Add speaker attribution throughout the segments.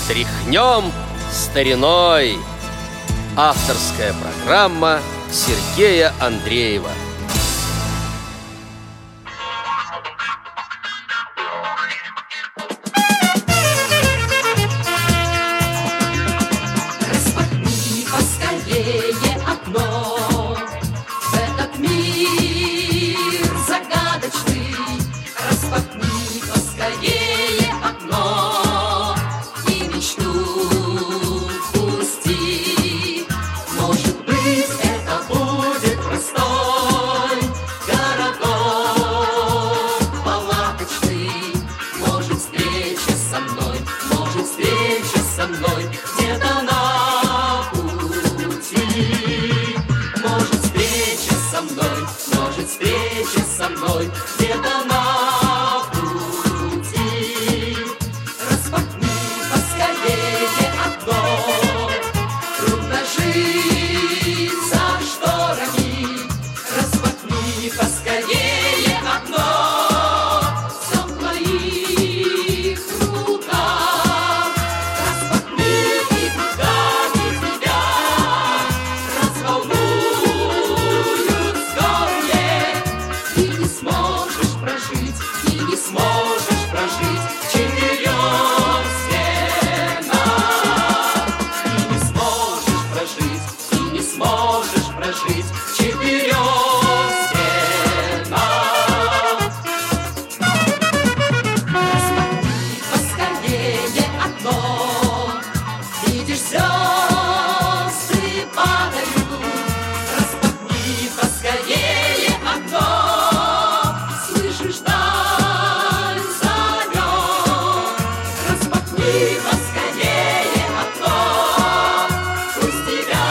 Speaker 1: Тряхнем стариной. Авторская программа Сергея Андреева.
Speaker 2: Распахни поскорее окно в этот мир загадочный. Распахни поскорее окно и мечту впусти. Может быть, это будет простой городок палаточный. Может, встреча со мной, может, встреча со мной где-то на пути. Может, встреча со мной, может, встреча со мной где-то на пути. Распахни поскорее окно, трудно жить за шторами. Распахни поскорее окно, всё в твоих руках. Распахни, и руками тебя разволнуют скорее. И не сможешь прожить, и не сможешь прожить в четырех стенах. И не сможешь прожить, и не сможешь прожить в четырех стенах. Распахни поскорее окно, видишь, звезды падают. Распахни поскорее окно, слышишь, даль зовет. Распахни поскорее окно, пусть тебя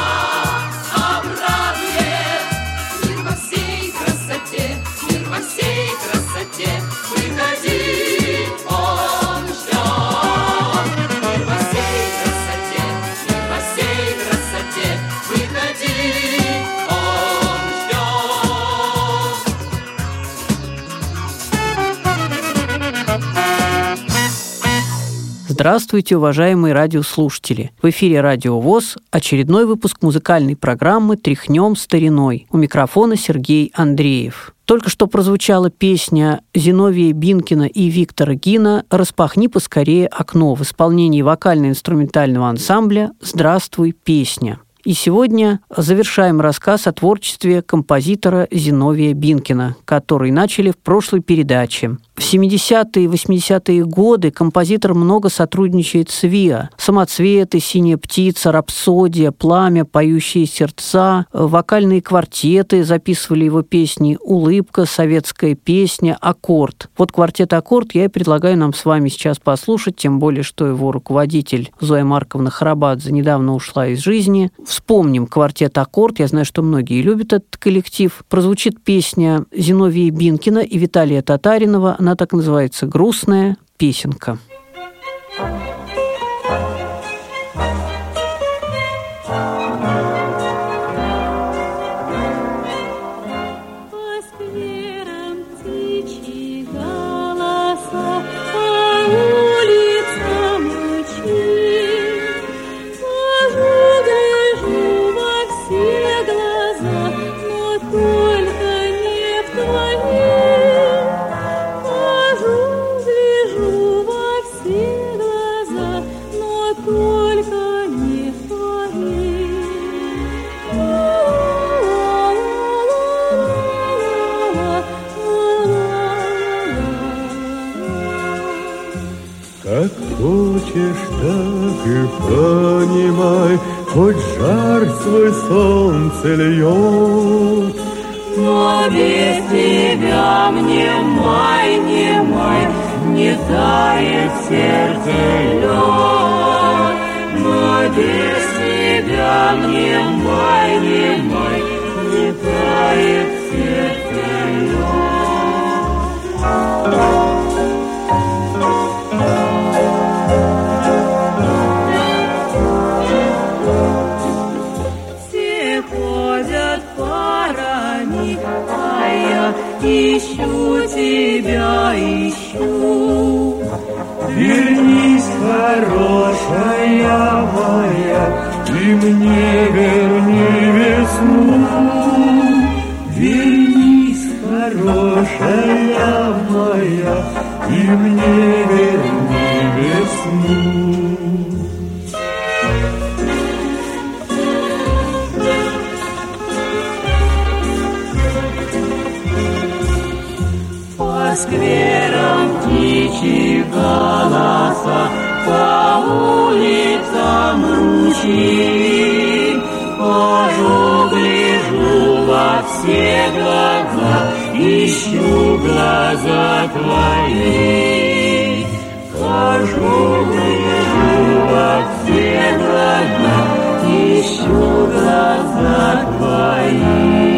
Speaker 2: обрадует мир во всей красоте, мир во всей красоте. Выходи, он ждет. Мир во всей красоте, мир во всей красоте. Выходи, он ждет.
Speaker 3: Здравствуйте, уважаемые радиослушатели! В эфире Радио ВОС, очередной выпуск музыкальной программы «Тряхнем стариной». У микрофона Сергей Андреев. Только что прозвучала песня Зиновия Бинкина и Виктора Гина «Распахни поскорее окно» в исполнении вокально-инструментального ансамбля «Здравствуй, песня». И сегодня завершаем рассказ о творчестве композитора Зиновия Бинкина, который начали в прошлой передаче. В 70-е и 80-е годы композитор много сотрудничает с ВИА. «Самоцветы», «Синяя птица», «Рапсодия», «Пламя», «Поющие сердца», вокальные квартеты записывали его песни «Улыбка», «Советская песня», «Аккорд». Вот квартет «Аккорд» я и предлагаю нам с вами сейчас послушать, тем более, что его руководитель Зоя Марковна Харабадзе недавно ушла из жизни. Вспомним квартет «Аккорд». Я знаю, что многие любят этот коллектив. Прозвучит песня Зиновия Бинкина и Виталия Татаринова. Она так называется «Грустная песенка».
Speaker 4: Как хочешь, так и понимай, хоть жар свой солнце льет.
Speaker 2: Но без тебя мне май, не тает сердце лед. Но без тебя мне май, не тает сердце лед.
Speaker 4: ищу тебя, ищу. Вернись хорошая моя, ты мне верни весну. Вернись, хорошая моя, ты мне верни весну.
Speaker 2: По скверам птичьи голоса, по улицам ручьи, хожу, гляжу во все глаза, ищу глаза твои. Хожу, гляжу во все глаза, ищу глаза твои.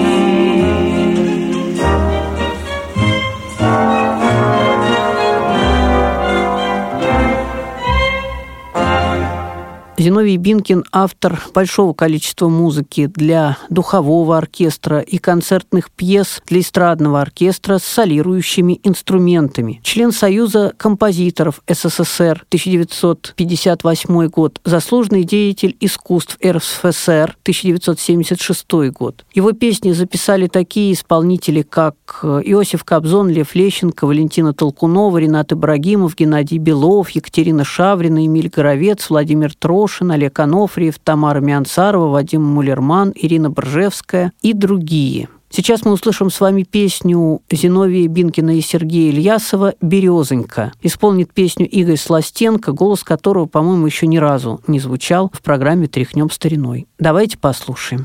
Speaker 3: Зиновий Бинкин – автор большого количества музыки для духового оркестра и концертных пьес для эстрадного оркестра с солирующими инструментами. Член Союза композиторов СССР 1958 год, заслуженный деятель искусств РСФСР 1976 год. Его песни записали такие исполнители, как Иосиф Кобзон, Лев Лещенко, Валентина Толкунова, Ренат Ибрагимов, Геннадий Белов, Екатерина Шаврина, Эмиль Горовец, Владимир Трошин, Олег Анофриев, Тамара Миансарова, Вадим Мулерман, Ирина Боржевская и другие. Сейчас мы услышим с вами песню Зиновия Бинкина и Сергея Ильясова «Березонька». Исполнит песню Игорь Сластенко, голос которого, по-моему, еще ни разу не звучал в программе «Тряхнем стариной». Давайте послушаем.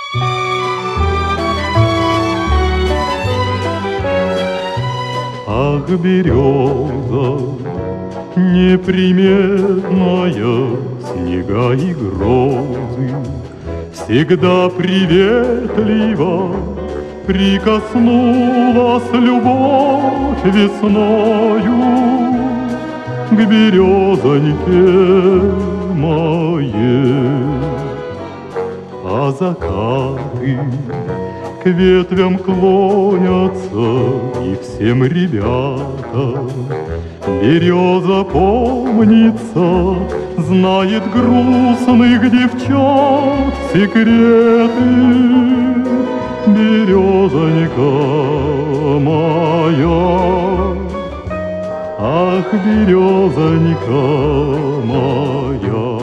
Speaker 4: Ах, береза, неприметная, снега и грозы, всегда приветливо прикоснулась любовь весною к березоньке моей. А закаты к ветвям клонятся, и всем ребятам береза помнится, знает грустных девчат секреты. Березонька моя, ах, березонька моя.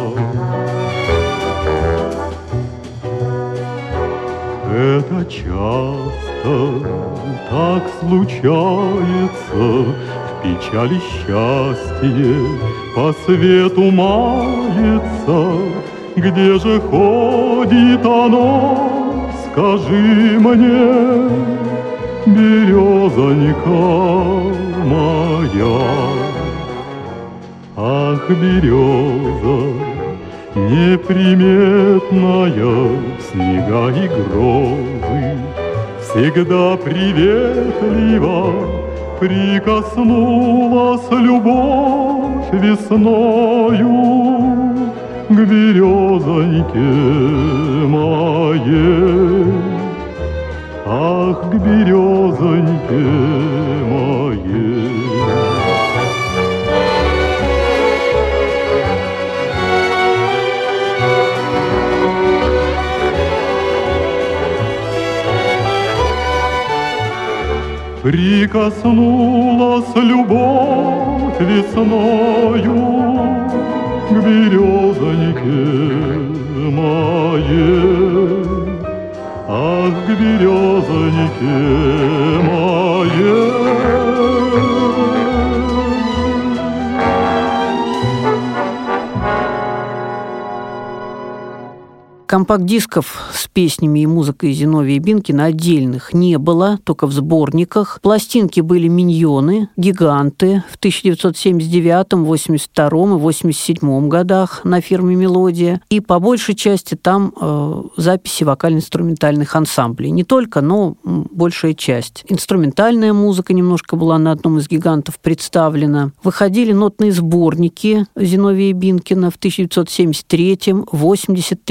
Speaker 4: Это часто так случается, в печали счастье по свету мается. Где же ходит оно, скажи мне, березонька моя? Ах, береза неприметная, снега и грозы, всегда приветливо прикоснулась любовь весною к березоньке моей. Ах, к березоньке моей. Прикоснулась любовь весною к березоньке моей, ах, к березоньке моей.
Speaker 3: Компакт-дисков с песнями и музыкой Зиновия Бинкина отдельных не было, только в сборниках. Пластинки были «Миньоны», «Гиганты» в 1979, 82 и 87 годах на фирме «Мелодия». И по большей части там записи вокально-инструментальных ансамблей. Не только, но большая часть. Инструментальная музыка немножко была на одном из «Гигантов» представлена. Выходили нотные сборники Зиновия Бинкина в 1973, 83,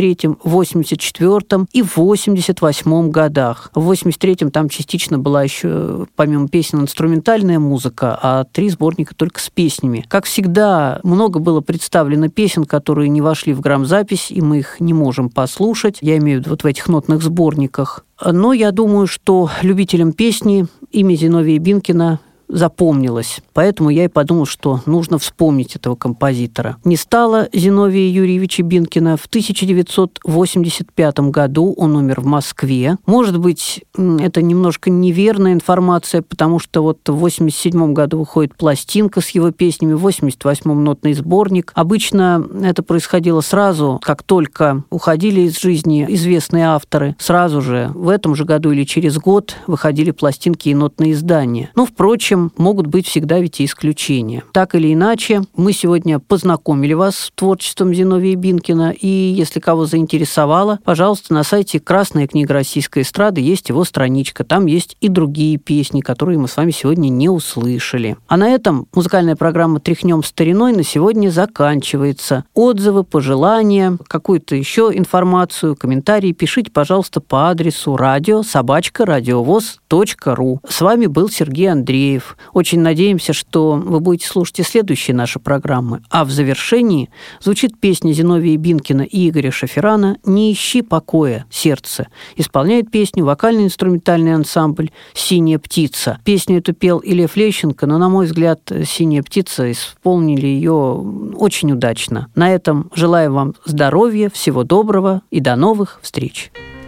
Speaker 3: в 84-м и в 88-м годах. В 83-м там частично была еще, помимо песен, инструментальная музыка, а 3 сборника только с песнями. Как всегда, много было представлено песен, которые не вошли в грамзапись, и мы их не можем послушать. Я имею в виду вот в этих нотных сборниках. Но я думаю, что любителям песни имя Зиновия Бинкина запомнилось. Поэтому я и подумал, что нужно вспомнить этого композитора. Не стало Зиновия Юрьевича Бинкина в 1985 году. Он умер в Москве. Может быть, это немножко неверная информация, потому что вот в 1987 году выходит пластинка с его песнями, в 1988 нотный сборник. Обычно это происходило сразу, как только уходили из жизни известные авторы. Сразу же в этом же году или через год выходили пластинки и нотные издания. Но, впрочем, могут быть всегда ведь и исключения. Так или иначе, мы сегодня познакомили вас с творчеством Зиновия Бинкина, и если кого заинтересовало, пожалуйста, на сайте «Красная книга российской эстрады» есть его страничка. Там есть и другие песни, которые мы с вами сегодня не услышали. А на этом музыкальная программа «Тряхнем стариной» на сегодня заканчивается. Отзывы, пожелания, какую-то еще информацию, комментарии пишите, пожалуйста, по адресу radio@radiovoz.ru. С вами был Сергей Андреев. Очень надеемся, что вы будете слушать и следующие наши программы. А в завершении звучит песня Зиновия Бинкина и Игоря Шаферана «Не ищи покоя, сердце». Исполняет песню вокально-инструментальный ансамбль «Синяя птица». Песню эту пел и Лев Лещенко, но, на мой взгляд, «Синяя птица» исполнили ее очень удачно. На этом желаю вам здоровья, всего доброго и до новых встреч.